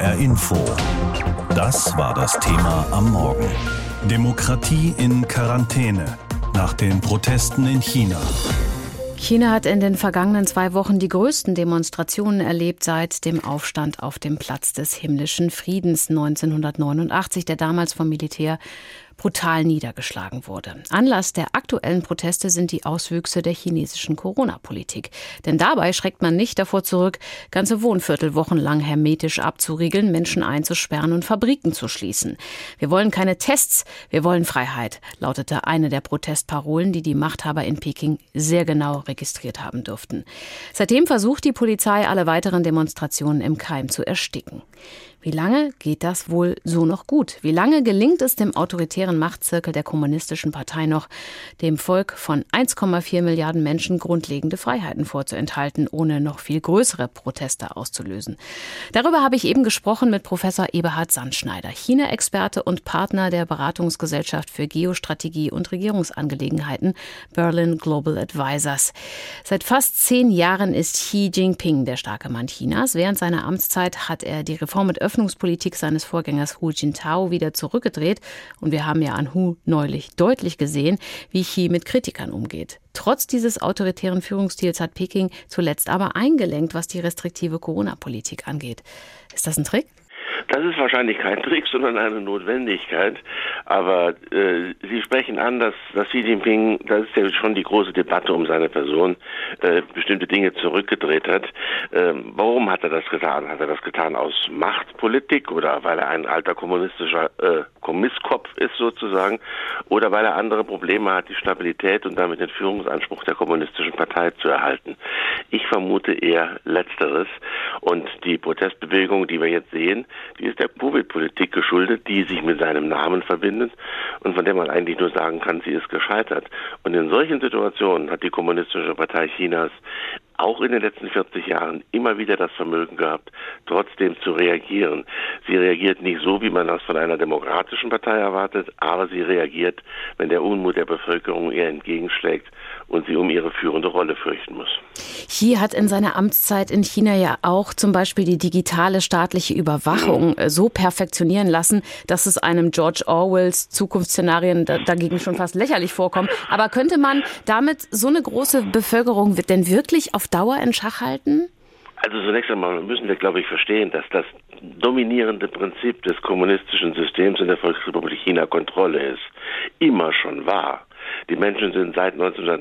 HR Info. Das war das Thema am Morgen. Demokratie in Quarantäne nach den Protesten in China. China hat in den vergangenen 2 Wochen die größten Demonstrationen erlebt seit dem Aufstand auf dem Platz des Himmlischen Friedens 1989, der damals vom Militär brutal niedergeschlagen wurde. Anlass der aktuellen Proteste sind die Auswüchse der chinesischen Corona-Politik. Denn dabei schreckt man nicht davor zurück, ganze Wohnviertel wochenlang hermetisch abzuriegeln, Menschen einzusperren und Fabriken zu schließen. Wir wollen keine Tests, wir wollen Freiheit, lautete eine der Protestparolen, die die Machthaber in Peking sehr genau registriert haben dürften. Seitdem versucht die Polizei, alle weiteren Demonstrationen im Keim zu ersticken. Wie lange geht das wohl so noch gut? Wie lange gelingt es dem autoritären Machtzirkel der Kommunistischen Partei noch, dem Volk von 1,4 Milliarden Menschen grundlegende Freiheiten vorzuenthalten, ohne noch viel größere Proteste auszulösen? Darüber habe ich eben gesprochen mit Professor Eberhard Sandschneider, China-Experte und Partner der Beratungsgesellschaft für Geostrategie und Regierungsangelegenheiten Berlin Global Advisors. Seit fast 10 Jahren ist Xi Jinping der starke Mann Chinas. Während seiner Amtszeit hat er die Reform- und Öffnungspolitik seines Vorgängers Hu Jintao wieder zurückgedreht. Und wir haben ja an Hu neulich deutlich gesehen, wie Xi mit Kritikern umgeht. Trotz dieses autoritären Führungsstils hat Peking zuletzt aber eingelenkt, was die restriktive Corona-Politik angeht. Ist das ein Trick? Das ist wahrscheinlich kein Trick, sondern eine Notwendigkeit. Aber Sie sprechen an, dass Xi Jinping, das ist ja schon die große Debatte um seine Person, bestimmte Dinge zurückgedreht hat. Warum hat er das getan? Hat er das getan aus Machtpolitik oder weil er ein alter kommunistischer Kommisskopf ist sozusagen? Oder weil er andere Probleme hat, die Stabilität und damit den Führungsanspruch der Kommunistischen Partei zu erhalten? Ich vermute eher Letzteres. Und die Protestbewegung, die wir jetzt sehen, die ist der Covid-Politik geschuldet, die sich mit seinem Namen verbindet und von der man eigentlich nur sagen kann, sie ist gescheitert. Und in solchen Situationen hat die Kommunistische Partei Chinas auch in den letzten 40 Jahren immer wieder das Vermögen gehabt, trotzdem zu reagieren. Sie reagiert nicht so, wie man das von einer demokratischen Partei erwartet, aber sie reagiert, wenn der Unmut der Bevölkerung ihr entgegenschlägt und sie um ihre führende Rolle fürchten muss. Xi hat in seiner Amtszeit in China ja auch zum Beispiel die digitale staatliche Überwachung so perfektionieren lassen, dass es einem George Orwells Zukunftsszenarien dagegen schon fast lächerlich vorkommen. Aber könnte man damit so eine große Bevölkerung denn wirklich auf Dauer in Schach halten? Also zunächst einmal müssen wir, glaube ich, verstehen, dass das dominierende Prinzip des kommunistischen Systems in der Volksrepublik China Kontrolle ist. Immer schon war. Die Menschen sind seit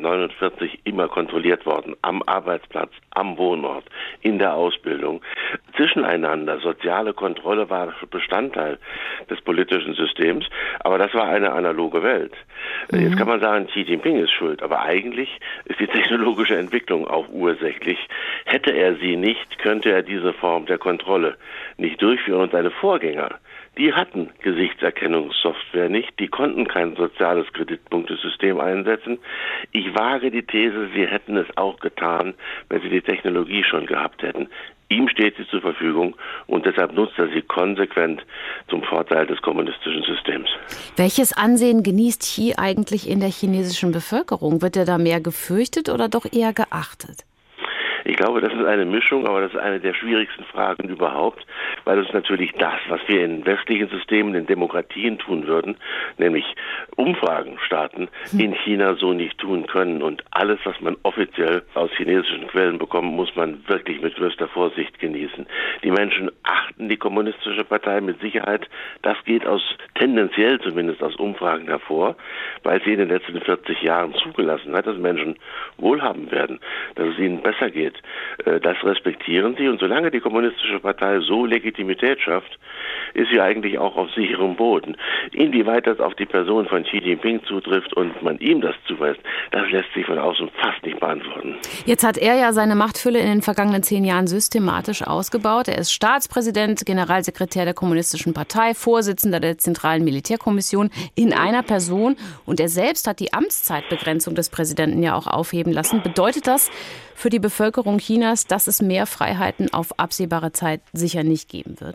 1949 immer kontrolliert worden, am Arbeitsplatz, am Wohnort, in der Ausbildung, zwischeneinander. Soziale Kontrolle war Bestandteil des politischen Systems, aber das war eine analoge Welt. Jetzt kann man sagen, Xi Jinping ist schuld, aber eigentlich ist die technologische Entwicklung auch ursächlich. Hätte er sie nicht, könnte er diese Form der Kontrolle nicht durchführen und seine Vorgänger, die hatten Gesichtserkennungssoftware nicht, die konnten kein soziales Kreditpunktesystem einsetzen. Ich wage die These, sie hätten es auch getan, wenn sie die Technologie schon gehabt hätten. Ihm steht sie zur Verfügung und deshalb nutzt er sie konsequent zum Vorteil des kommunistischen Systems. Welches Ansehen genießt Xi eigentlich in der chinesischen Bevölkerung? Wird er da mehr gefürchtet oder doch eher geachtet? Ich glaube, das ist eine Mischung, aber das ist eine der schwierigsten Fragen überhaupt, weil es natürlich das, was wir in westlichen Systemen, in Demokratien tun würden, nämlich Umfragen starten, in China so nicht tun können. Und alles, was man offiziell aus chinesischen Quellen bekommt, muss man wirklich mit größter Vorsicht genießen. Die Menschen achten die kommunistische Partei mit Sicherheit. Das geht tendenziell zumindest aus Umfragen hervor, weil sie in den letzten 40 Jahren zugelassen hat, dass Menschen wohlhabend werden, dass es ihnen besser geht. Das respektieren sie und solange die kommunistische Partei so Legitimität schafft, ist sie eigentlich auch auf sicherem Boden. Inwieweit das auf die Person von Xi Jinping zutrifft und man ihm das zuweist, das lässt sich von außen fast nicht beantworten. Jetzt hat er ja seine Machtfülle in den vergangenen 10 Jahren systematisch ausgebaut. Er ist Staatspräsident, Generalsekretär der Kommunistischen Partei, Vorsitzender der Zentralen Militärkommission in einer Person und er selbst hat die Amtszeitbegrenzung des Präsidenten ja auch aufheben lassen. Bedeutet das für die Bevölkerung Chinas, dass es mehr Freiheiten auf absehbare Zeit sicher nicht geben wird?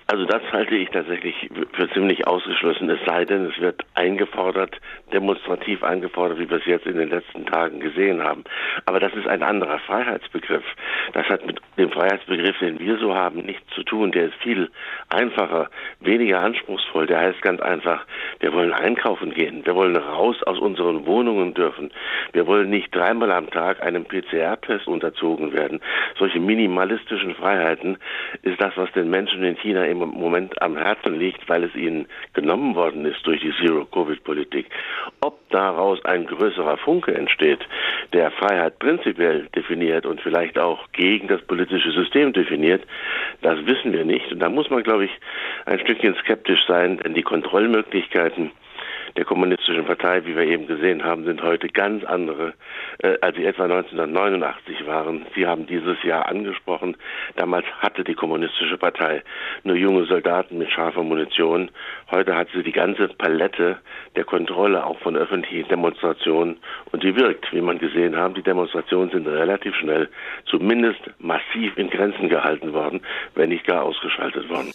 Also das halte ich tatsächlich für ziemlich ausgeschlossen, es sei denn, es wird eingefordert, demonstrativ eingefordert, wie wir es jetzt in den letzten Tagen gesehen haben. Aber das ist ein anderer Freiheitsbegriff. Das hat mit dem Freiheitsbegriff, den wir so haben, nichts zu tun. Der ist viel einfacher, weniger anspruchsvoll. Der heißt ganz einfach, wir wollen einkaufen gehen. Wir wollen raus aus unseren Wohnungen dürfen. Wir wollen nicht 3-mal am Tag einem PCR-Test unterzogen werden. Solche minimalistischen Freiheiten ist das, was den Menschen in China im Moment am Herzen liegt, weil es ihnen genommen worden ist durch die Zero-Covid-Politik. Ob daraus ein größerer Funke entsteht, der Freiheit prinzipiell definiert und vielleicht auch gegen das politische System definiert, das wissen wir nicht. Und da muss man, glaube ich, ein Stückchen skeptisch sein, denn die Kontrollmöglichkeiten der Kommunistischen Partei, wie wir eben gesehen haben, sind heute ganz andere, als sie etwa 1989 waren. Sie haben dieses Jahr angesprochen, damals hatte die Kommunistische Partei nur junge Soldaten mit scharfer Munition. Heute hat sie die ganze Palette der Kontrolle auch von öffentlichen Demonstrationen und die wirkt, wie man gesehen haben. Die Demonstrationen sind relativ schnell, zumindest massiv in Grenzen gehalten worden, wenn nicht gar ausgeschaltet worden.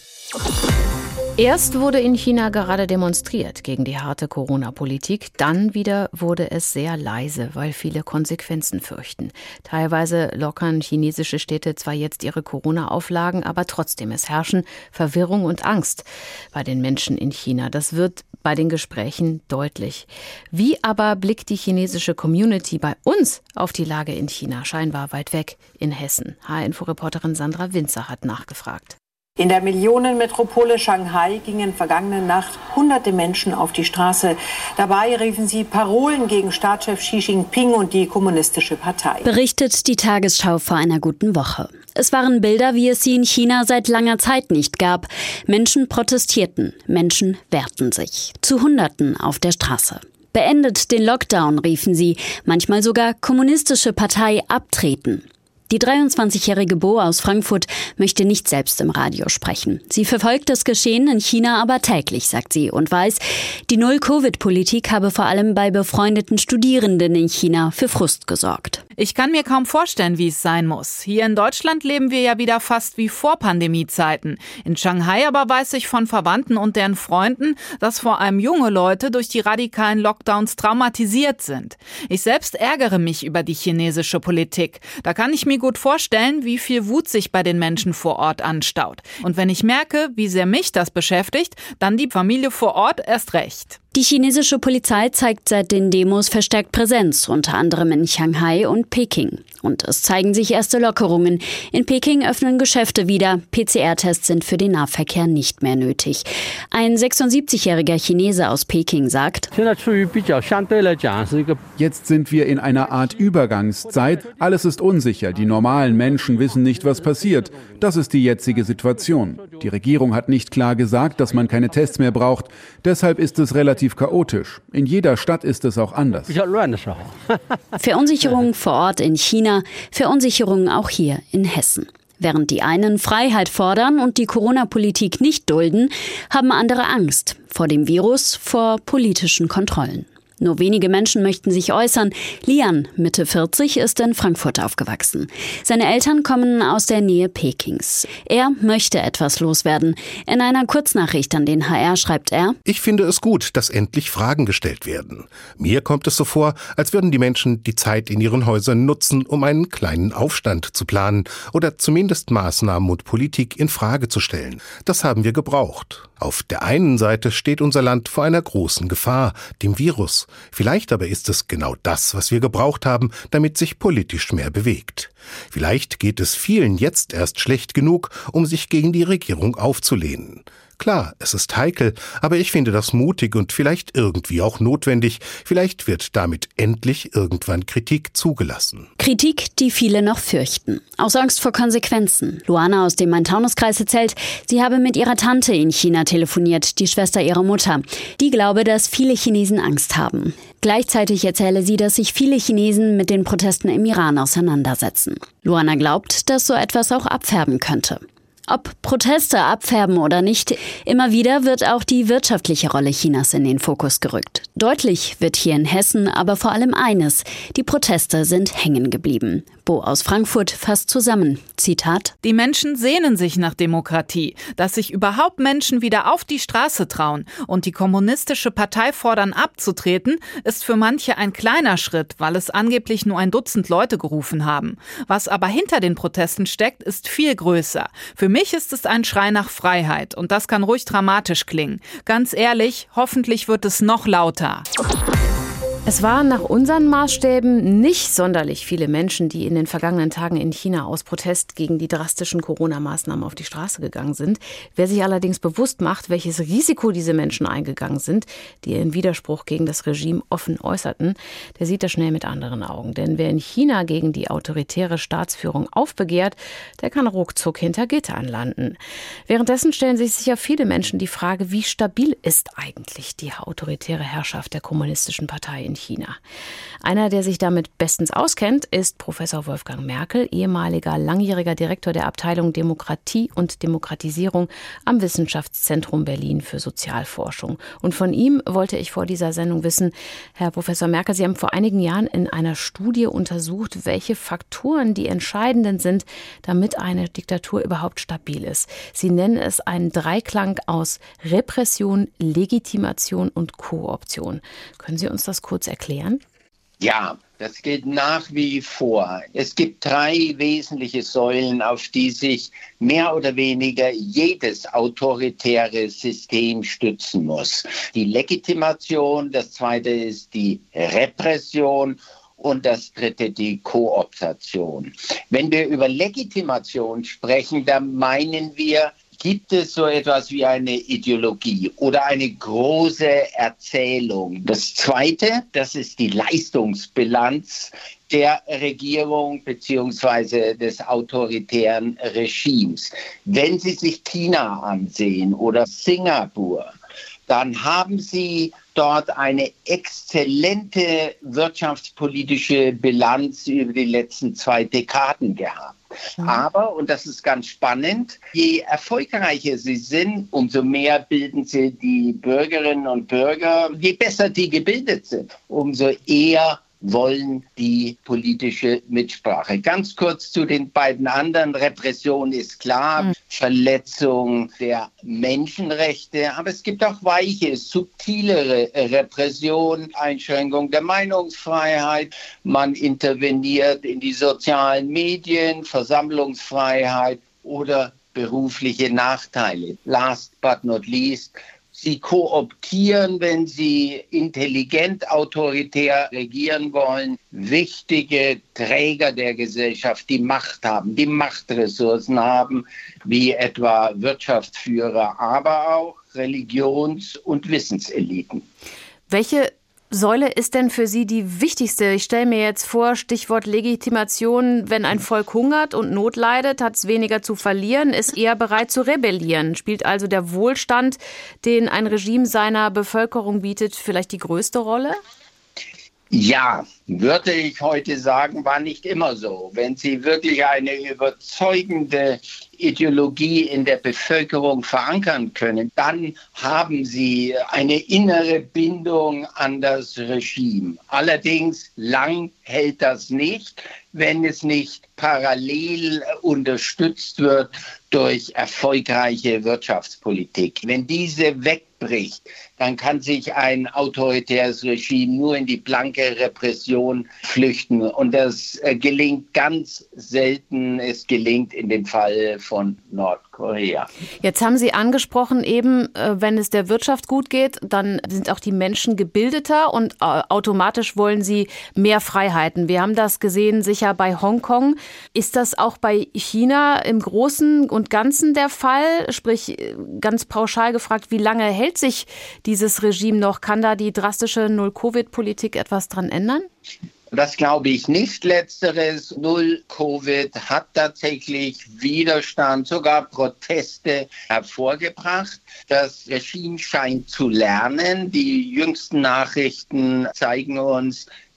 Erst wurde in China gerade demonstriert gegen die harte Corona-Politik, dann wieder wurde es sehr leise, weil viele Konsequenzen fürchten. Teilweise lockern chinesische Städte zwar jetzt ihre Corona-Auflagen, aber trotzdem, es herrschen Verwirrung und Angst bei den Menschen in China. Das wird bei den Gesprächen deutlich. Wie aber blickt die chinesische Community bei uns auf die Lage in China, scheinbar weit weg in Hessen? HR-Info-Reporterin Sandra Winzer hat nachgefragt. In der Millionenmetropole Shanghai gingen vergangene Nacht hunderte Menschen auf die Straße. Dabei riefen sie Parolen gegen Staatschef Xi Jinping und die Kommunistische Partei. Berichtet die Tagesschau vor einer guten Woche. Es waren Bilder, wie es sie in China seit langer Zeit nicht gab. Menschen protestierten, Menschen wehrten sich. Zu Hunderten auf der Straße. Beendet den Lockdown, riefen sie. Manchmal sogar Kommunistische Partei abtreten. Die 23-jährige Bo aus Frankfurt möchte nicht selbst im Radio sprechen. Sie verfolgt das Geschehen in China aber täglich, sagt sie, und weiß, die Null-Covid-Politik habe vor allem bei befreundeten Studierenden in China für Frust gesorgt. Ich kann mir kaum vorstellen, wie es sein muss. Hier in Deutschland leben wir ja wieder fast wie vor Pandemiezeiten. In Shanghai aber weiß ich von Verwandten und deren Freunden, dass vor allem junge Leute durch die radikalen Lockdowns traumatisiert sind. Ich selbst ärgere mich über die chinesische Politik. Da kann ich mir gut vorstellen, wie viel Wut sich bei den Menschen vor Ort anstaut. Und wenn ich merke, wie sehr mich das beschäftigt, dann die Familie vor Ort erst recht. Die chinesische Polizei zeigt seit den Demos verstärkt Präsenz, unter anderem in Shanghai und Peking. Und es zeigen sich erste Lockerungen. In Peking öffnen Geschäfte wieder. PCR-Tests sind für den Nahverkehr nicht mehr nötig. Ein 76-jähriger Chinese aus Peking sagt: Jetzt sind wir in einer Art Übergangszeit. Alles ist unsicher. Die normalen Menschen wissen nicht, was passiert. Das ist die jetzige Situation. Die Regierung hat nicht klar gesagt, dass man keine Tests mehr braucht. Deshalb ist es relativ chaotisch. In jeder Stadt ist es auch anders. Verunsicherung vor Ort in China, Verunsicherung auch hier in Hessen. Während die einen Freiheit fordern und die Corona-Politik nicht dulden, haben andere Angst vor dem Virus, vor politischen Kontrollen. Nur wenige Menschen möchten sich äußern. Lian, Mitte 40, ist in Frankfurt aufgewachsen. Seine Eltern kommen aus der Nähe Pekings. Er möchte etwas loswerden. In einer Kurznachricht an den HR schreibt er: Ich finde es gut, dass endlich Fragen gestellt werden. Mir kommt es so vor, als würden die Menschen die Zeit in ihren Häusern nutzen, um einen kleinen Aufstand zu planen oder zumindest Maßnahmen und Politik in Frage zu stellen. Das haben wir gebraucht. Auf der einen Seite steht unser Land vor einer großen Gefahr, dem Virus. Vielleicht aber ist es genau das, was wir gebraucht haben, damit sich politisch mehr bewegt. Vielleicht geht es vielen jetzt erst schlecht genug, um sich gegen die Regierung aufzulehnen. Klar, es ist heikel, aber ich finde das mutig und vielleicht irgendwie auch notwendig. Vielleicht wird damit endlich irgendwann Kritik zugelassen. Kritik, die viele noch fürchten. Aus Angst vor Konsequenzen. Luana aus dem Main-Taunus-Kreis erzählt, sie habe mit ihrer Tante in China telefoniert, die Schwester ihrer Mutter. Die glaube, dass viele Chinesen Angst haben. Gleichzeitig erzähle sie, dass sich viele Chinesen mit den Protesten im Iran auseinandersetzen. Luana glaubt, dass so etwas auch abfärben könnte. Ob Proteste abfärben oder nicht, immer wieder wird auch die wirtschaftliche Rolle Chinas in den Fokus gerückt. Deutlich wird hier in Hessen aber vor allem eines: Die Proteste sind hängen geblieben. Bo aus Frankfurt fasst zusammen. Zitat: Die Menschen sehnen sich nach Demokratie. Dass sich überhaupt Menschen wieder auf die Straße trauen und die kommunistische Partei fordern, abzutreten, ist für manche ein kleiner Schritt, weil es angeblich nur ein Dutzend Leute gerufen haben. Was aber hinter den Protesten steckt, ist viel größer. Für mich ist es ein Schrei nach Freiheit und das kann ruhig dramatisch klingen. Ganz ehrlich, hoffentlich wird es noch lauter. Es waren nach unseren Maßstäben nicht sonderlich viele Menschen, die in den vergangenen Tagen in China aus Protest gegen die drastischen Corona-Maßnahmen auf die Straße gegangen sind. Wer sich allerdings bewusst macht, welches Risiko diese Menschen eingegangen sind, die ihren Widerspruch gegen das Regime offen äußerten, der sieht das schnell mit anderen Augen. Denn wer in China gegen die autoritäre Staatsführung aufbegehrt, der kann ruckzuck hinter Gittern landen. Währenddessen stellen sich sicher viele Menschen die Frage, wie stabil ist eigentlich die autoritäre Herrschaft der kommunistischen Partei in China. Einer, der sich damit bestens auskennt, ist Professor Wolfgang Merkel, ehemaliger langjähriger Direktor der Abteilung Demokratie und Demokratisierung am Wissenschaftszentrum Berlin für Sozialforschung. Und von ihm wollte ich vor dieser Sendung wissen, Herr Professor Merkel, Sie haben vor einigen Jahren in einer Studie untersucht, welche Faktoren die entscheidenden sind, damit eine Diktatur überhaupt stabil ist. Sie nennen es einen Dreiklang aus Repression, Legitimation und Kooption. Können Sie uns das kurz erklären? Ja, das gilt nach wie vor. Es gibt 3 wesentliche Säulen, auf die sich mehr oder weniger jedes autoritäre System stützen muss. Die Legitimation, das zweite ist die Repression und das dritte die Kooptation. Wenn wir über Legitimation sprechen, dann meinen wir, gibt es so etwas wie eine Ideologie oder eine große Erzählung? Das Zweite, das ist die Leistungsbilanz der Regierung bzw. des autoritären Regimes. Wenn Sie sich China ansehen oder Singapur, dann haben Sie dort eine exzellente wirtschaftspolitische Bilanz über die letzten 2 Dekaden gehabt. Aber, und das ist ganz spannend, je erfolgreicher sie sind, umso mehr bilden sie die Bürgerinnen und Bürger. Je besser die gebildet sind, umso eher wollen die politische Mitsprache. Ganz kurz zu den beiden anderen. Repression ist klar, Verletzung der Menschenrechte, aber es gibt auch weiche, subtilere Repression, Einschränkung der Meinungsfreiheit. Man interveniert in die sozialen Medien, Versammlungsfreiheit oder berufliche Nachteile. Last but not least, Sie kooptieren, wenn sie intelligent autoritär regieren wollen, wichtige Träger der Gesellschaft, die Macht haben, die Machtressourcen haben, wie etwa Wirtschaftsführer, aber auch Religions- und Wissenseliten. Welche Säule ist denn für Sie die wichtigste? Ich stelle mir jetzt vor, Stichwort Legitimation, wenn ein Volk hungert und Not leidet, hat es weniger zu verlieren, ist eher bereit zu rebellieren. Spielt also der Wohlstand, den ein Regime seiner Bevölkerung bietet, vielleicht die größte Rolle? Ja, würde ich heute sagen, war nicht immer so. Wenn Sie wirklich eine überzeugende Ideologie in der Bevölkerung verankern können, dann haben Sie eine innere Bindung an das Regime. Allerdings lang hält das nicht, wenn es nicht parallel unterstützt wird durch erfolgreiche Wirtschaftspolitik. Wenn diese wegbricht, dann kann sich ein autoritäres Regime nur in die blanke Repression flüchten. Und das gelingt ganz selten. Es gelingt in dem Fall von Nordkorea. Jetzt haben Sie angesprochen, eben, wenn es der Wirtschaft gut geht, dann sind auch die Menschen gebildeter und automatisch wollen sie mehr Freiheiten. Wir haben das gesehen, sicher bei Hongkong. Ist das auch bei China im Großen und Ganzen der Fall? Sprich, ganz pauschal gefragt, wie lange hält sich dieses Regime noch? Kann da die drastische Null-Covid-Politik etwas dran ändern? Das glaube ich nicht. Letzteres, Null-Covid hat tatsächlich Widerstand, sogar Proteste hervorgebracht. Das Regime scheint zu lernen. Die jüngsten Nachrichten zeigen uns,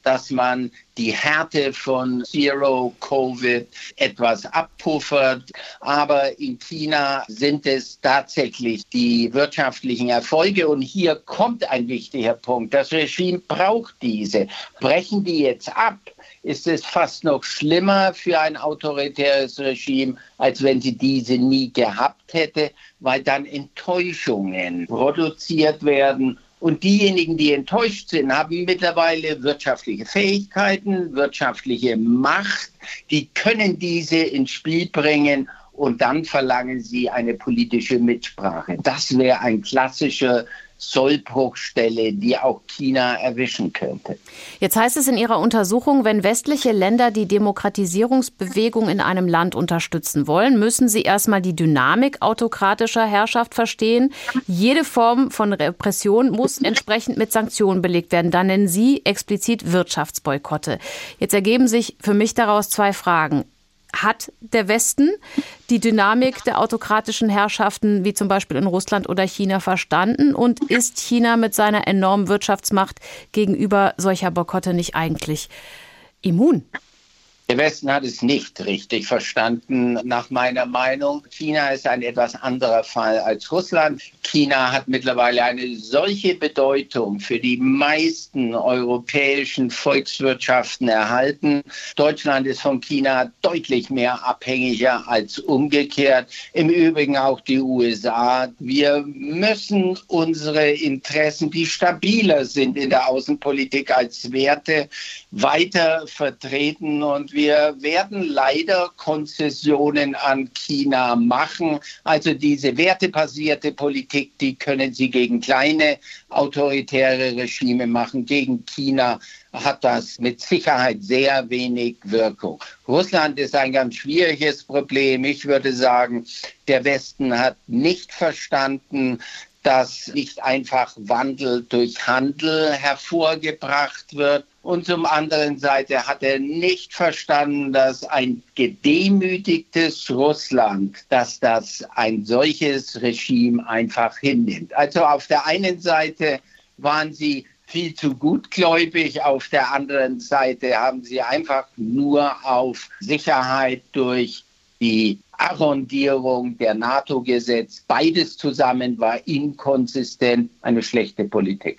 dass man die Härte von Zero-Covid etwas abpuffert. Aber in China sind es tatsächlich die wirtschaftlichen Erfolge. Und hier kommt ein wichtiger Punkt. Das Regime braucht diese. Brechen die jetzt ab, ist es fast noch schlimmer für ein autoritäres Regime, als wenn sie diese nie gehabt hätte, weil dann Enttäuschungen produziert werden. Und diejenigen, die enttäuscht sind, haben mittlerweile wirtschaftliche Fähigkeiten, wirtschaftliche Macht. Die können diese ins Spiel bringen und dann verlangen sie eine politische Mitsprache. Das wäre ein klassischer Sollbruchstelle, die auch China erwischen könnte. Jetzt heißt es in Ihrer Untersuchung, wenn westliche Länder die Demokratisierungsbewegung in einem Land unterstützen wollen, müssen sie erstmal die Dynamik autokratischer Herrschaft verstehen. Jede Form von Repression muss entsprechend mit Sanktionen belegt werden. Da nennen Sie explizit Wirtschaftsboykotte. Jetzt ergeben sich für mich daraus zwei Fragen. Hat der Westen die Dynamik der autokratischen Herrschaften, wie zum Beispiel in Russland oder China, verstanden? Und ist China mit seiner enormen Wirtschaftsmacht gegenüber solcher Boykotte nicht eigentlich immun? Der Westen hat es nicht richtig verstanden, nach meiner Meinung. China ist ein etwas anderer Fall als Russland. China hat mittlerweile eine solche Bedeutung für die meisten europäischen Volkswirtschaften erhalten. Deutschland ist von China deutlich mehr abhängiger als umgekehrt. Im Übrigen auch die USA. Wir müssen unsere Interessen, die stabiler sind in der Außenpolitik als Werte, weiter vertreten. Und wir werden leider Konzessionen an China machen. Also diese wertebasierte Politik, die können sie gegen kleine autoritäre Regime machen. Gegen China hat das mit Sicherheit sehr wenig Wirkung. Russland ist ein ganz schwieriges Problem. Ich würde sagen, der Westen hat nicht verstanden, dass nicht einfach Wandel durch Handel hervorgebracht wird. Und zum anderen Seite hat er nicht verstanden, dass ein gedemütigtes Russland, dass das ein solches Regime einfach hinnimmt. Also auf der einen Seite waren sie viel zu gutgläubig, auf der anderen Seite haben sie einfach nur auf Sicherheit durch die Arrondierung der NATO gesetzt. Beides zusammen war inkonsistent, eine schlechte Politik.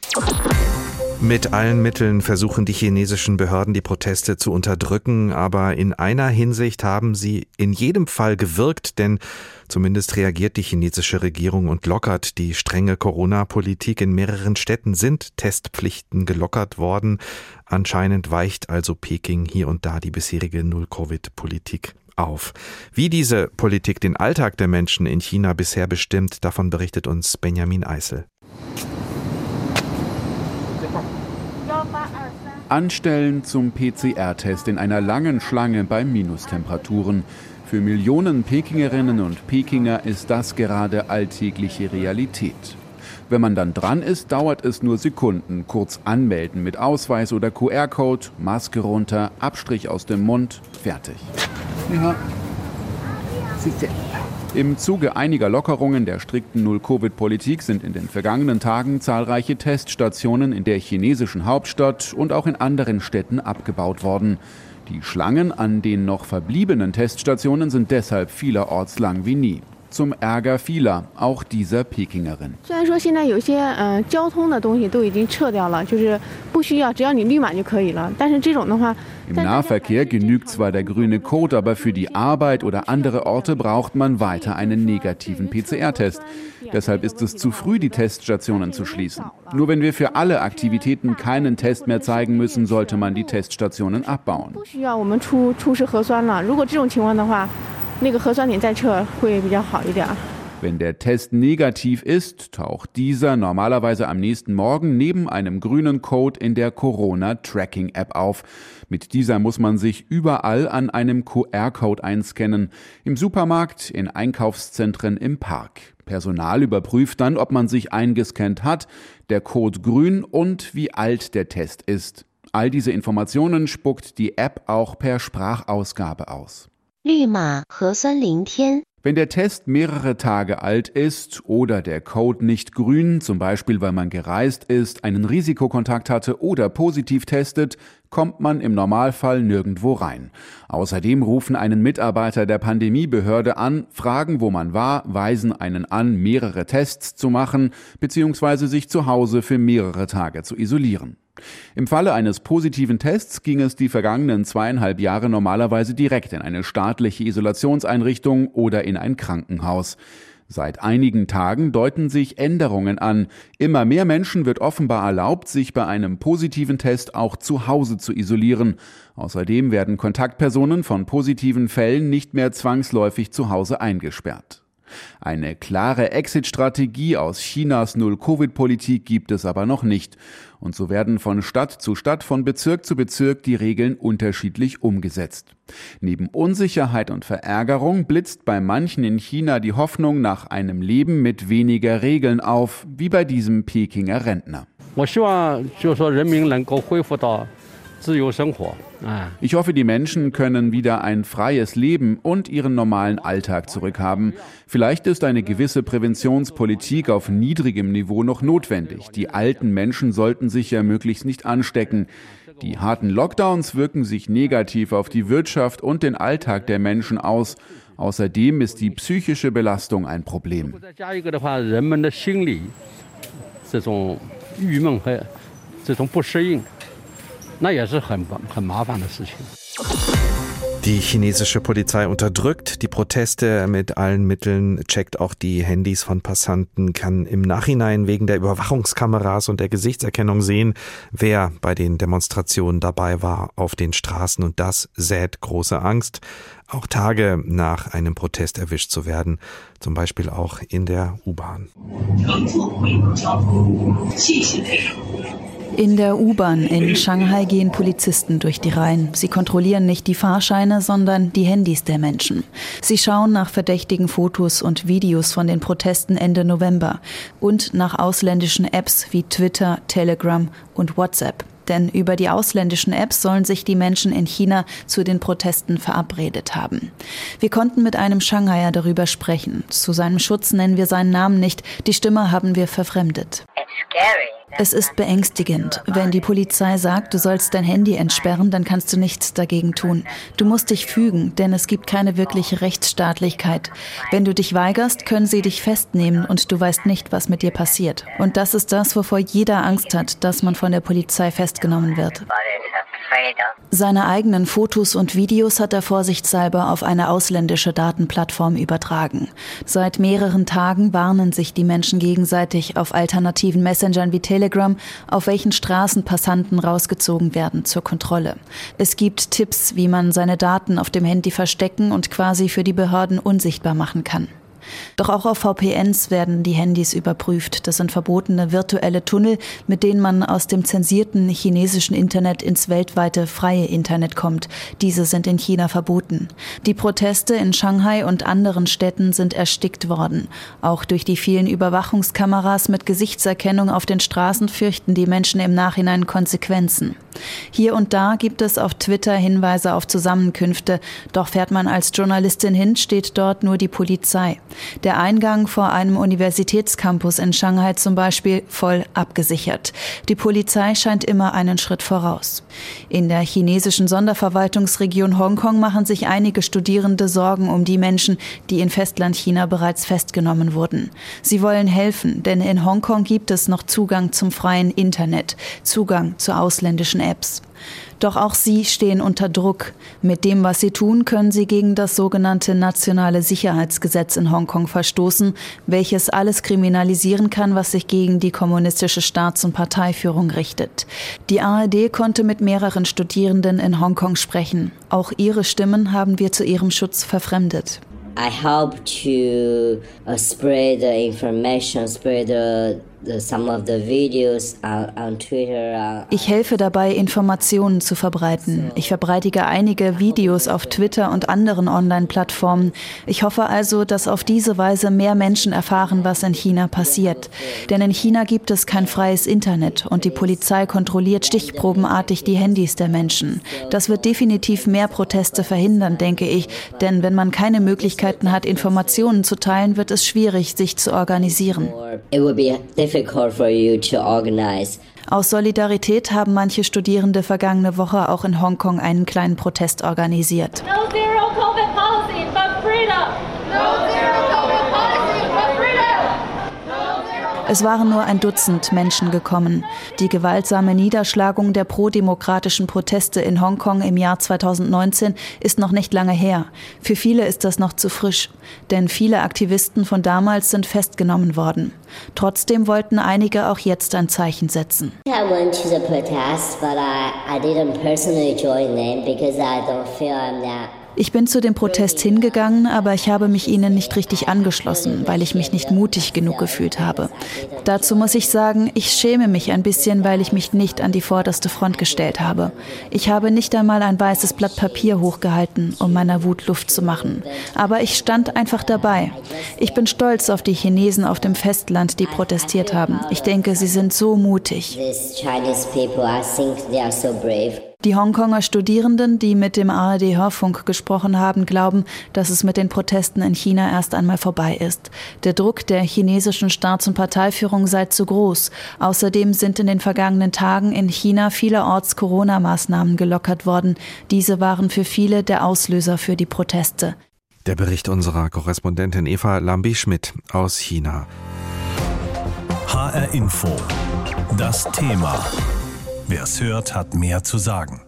Mit allen Mitteln versuchen die chinesischen Behörden, die Proteste zu unterdrücken, aber in einer Hinsicht haben sie in jedem Fall gewirkt, denn zumindest reagiert die chinesische Regierung und lockert die strenge Corona-Politik. In mehreren Städten sind Testpflichten gelockert worden. Anscheinend weicht also Peking hier und da die bisherige Null-Covid-Politik auf. Wie diese Politik den Alltag der Menschen in China bisher bestimmt, davon berichtet uns Benjamin Eisel. Anstellen zum PCR-Test in einer langen Schlange bei Minustemperaturen. Für Millionen Pekingerinnen und Pekinger ist das gerade alltägliche Realität. Wenn man dann dran ist, dauert es nur Sekunden. Kurz anmelden mit Ausweis oder QR-Code, Maske runter, Abstrich aus dem Mund, fertig. Ja. Im Zuge einiger Lockerungen der strikten Null-Covid-Politik sind in den vergangenen Tagen zahlreiche Teststationen in der chinesischen Hauptstadt und auch in anderen Städten abgebaut worden. Die Schlangen an den noch verbliebenen Teststationen sind deshalb vielerorts lang wie nie. Zum Ärger vieler, auch dieser Pekingerin. Im Nahverkehr genügt zwar der grüne Code, aber für die Arbeit oder andere Orte braucht man weiter einen negativen PCR-Test. Deshalb ist es zu früh, die Teststationen zu schließen. Nur wenn wir für alle Aktivitäten keinen Test mehr zeigen müssen, sollte man die Teststationen abbauen. Wenn der Test negativ ist, taucht dieser normalerweise am nächsten Morgen neben einem grünen Code in der Corona-Tracking-App auf. Mit dieser muss man sich überall an einem QR-Code einscannen. Im Supermarkt, in Einkaufszentren, im Park. Personal überprüft dann, ob man sich eingescannt hat, der Code grün und wie alt der Test ist. All diese Informationen spuckt die App auch per Sprachausgabe aus. Wenn der Test mehrere Tage alt ist oder der Code nicht grün, zum Beispiel weil man gereist ist, einen Risikokontakt hatte oder positiv testet, kommt man im Normalfall nirgendwo rein. Außerdem rufen einen Mitarbeiter der Pandemiebehörde an, fragen, wo man war, weisen einen an, mehrere Tests zu machen bzw. sich zu Hause für mehrere Tage zu isolieren. Im Falle eines positiven Tests ging es die vergangenen 2,5 Jahre normalerweise direkt in eine staatliche Isolationseinrichtung oder in ein Krankenhaus. Seit einigen Tagen deuten sich Änderungen an. Immer mehr Menschen wird offenbar erlaubt, sich bei einem positiven Test auch zu Hause zu isolieren. Außerdem werden Kontaktpersonen von positiven Fällen nicht mehr zwangsläufig zu Hause eingesperrt. Eine klare Exit-Strategie aus Chinas Null-Covid-Politik gibt es aber noch nicht. Und so werden von Stadt zu Stadt, von Bezirk zu Bezirk die Regeln unterschiedlich umgesetzt. Neben Unsicherheit und Verärgerung blitzt bei manchen in China die Hoffnung nach einem Leben mit weniger Regeln auf, wie bei diesem Pekinger Rentner. Ich hoffe, die Menschen können wieder ein freies Leben und ihren normalen Alltag zurückhaben. Vielleicht ist eine gewisse Präventionspolitik auf niedrigem Niveau noch notwendig. Die alten Menschen sollten sich ja möglichst nicht anstecken. Die harten Lockdowns wirken sich negativ auf die Wirtschaft und den Alltag der Menschen aus. Außerdem ist die psychische Belastung ein Problem. Die chinesische Polizei unterdrückt die Proteste mit allen Mitteln, checkt auch die Handys von Passanten, kann im Nachhinein wegen der Überwachungskameras und der Gesichtserkennung sehen, wer bei den Demonstrationen dabei war auf den Straßen. Und das sät große Angst, auch Tage nach einem Protest erwischt zu werden, zum Beispiel auch in der U-Bahn. In der U-Bahn in Shanghai gehen Polizisten durch die Reihen. Sie kontrollieren nicht die Fahrscheine, sondern die Handys der Menschen. Sie schauen nach verdächtigen Fotos und Videos von den Protesten Ende November und nach ausländischen Apps wie Twitter, Telegram und WhatsApp. Denn über die ausländischen Apps sollen sich die Menschen in China zu den Protesten verabredet haben. Wir konnten mit einem Shanghaier darüber sprechen. Zu seinem Schutz nennen wir seinen Namen nicht. Die Stimme haben wir verfremdet. Es ist beängstigend. Wenn die Polizei sagt, du sollst dein Handy entsperren, dann kannst du nichts dagegen tun. Du musst dich fügen, denn es gibt keine wirkliche Rechtsstaatlichkeit. Wenn du dich weigerst, können sie dich festnehmen und du weißt nicht, was mit dir passiert. Und das ist das, wovor jeder Angst hat, dass man von der Polizei festgenommen wird. Seine eigenen Fotos und Videos hat er vorsichtshalber auf eine ausländische Datenplattform übertragen. Seit mehreren Tagen warnen sich die Menschen gegenseitig auf alternativen Messengern wie Telegram, auf welchen Straßen Passanten rausgezogen werden zur Kontrolle. Es gibt Tipps, wie man seine Daten auf dem Handy verstecken und quasi für die Behörden unsichtbar machen kann. Doch auch auf VPNs werden die Handys überprüft. Das sind verbotene virtuelle Tunnel, mit denen man aus dem zensierten chinesischen Internet ins weltweite freie Internet kommt. Diese sind in China verboten. Die Proteste in Shanghai und anderen Städten sind erstickt worden. Auch durch die vielen Überwachungskameras mit Gesichtserkennung auf den Straßen fürchten die Menschen im Nachhinein Konsequenzen. Hier und da gibt es auf Twitter Hinweise auf Zusammenkünfte. Doch fährt man als Journalistin hin, steht dort nur die Polizei. Der Eingang vor einem Universitätscampus in Shanghai zum Beispiel voll abgesichert. Die Polizei scheint immer einen Schritt voraus. In der chinesischen Sonderverwaltungsregion Hongkong machen sich einige Studierende Sorgen um die Menschen, die in Festlandchina bereits festgenommen wurden. Sie wollen helfen, denn in Hongkong gibt es noch Zugang zum freien Internet, Zugang zu ausländischen Apps. Doch auch sie stehen unter Druck. Mit dem, was sie tun, können sie gegen das sogenannte Nationale Sicherheitsgesetz in Hongkong verstoßen, welches alles kriminalisieren kann, was sich gegen die kommunistische Staats- und Parteiführung richtet. Die ARD konnte mit mehreren Studierenden in Hongkong sprechen. Auch ihre Stimmen haben wir zu ihrem Schutz verfremdet. I help to spread the information, spread the Ich helfe dabei, Informationen zu verbreiten. Ich verbreite einige Videos auf Twitter und anderen Online-Plattformen. Ich hoffe also, dass auf diese Weise mehr Menschen erfahren, was in China passiert. Denn in China gibt es kein freies Internet und die Polizei kontrolliert stichprobenartig die Handys der Menschen. Das wird definitiv mehr Proteste verhindern, denke ich. Denn wenn man keine Möglichkeiten hat, Informationen zu teilen, wird es schwierig, sich zu organisieren. Aus Solidarität haben manche Studierende vergangene Woche auch in Hongkong einen kleinen Protest organisiert. No zero COVID policy, but freedom. No zero COVID policy, but freedom. Es waren nur ein Dutzend Menschen gekommen. Die gewaltsame Niederschlagung der prodemokratischen Proteste in Hongkong im Jahr 2019 ist noch nicht lange her. Für viele ist das noch zu frisch, denn viele Aktivisten von damals sind festgenommen worden. Trotzdem wollten einige auch jetzt ein Zeichen setzen. I went to the protest, but I didn't personally join them because I don't feel I'm that. Ich bin zu dem Protest hingegangen, aber ich habe mich ihnen nicht richtig angeschlossen, weil ich mich nicht mutig genug gefühlt habe. Dazu muss ich sagen, ich schäme mich ein bisschen, weil ich mich nicht an die vorderste Front gestellt habe. Ich habe nicht einmal ein weißes Blatt Papier hochgehalten, um meiner Wut Luft zu machen. Aber ich stand einfach dabei. Ich bin stolz auf die Chinesen auf dem Festland, die protestiert haben. Ich denke, sie sind so mutig. Die Hongkonger Studierenden, die mit dem ARD-Hörfunk gesprochen haben, glauben, dass es mit den Protesten in China erst einmal vorbei ist. Der Druck der chinesischen Staats- und Parteiführung sei zu groß. Außerdem sind in den vergangenen Tagen in China vielerorts Corona-Maßnahmen gelockert worden. Diese waren für viele der Auslöser für die Proteste. Der Bericht unserer Korrespondentin Eva Lambi-Schmidt aus China. HR Info. Das Thema. Wer es hört, hat mehr zu sagen.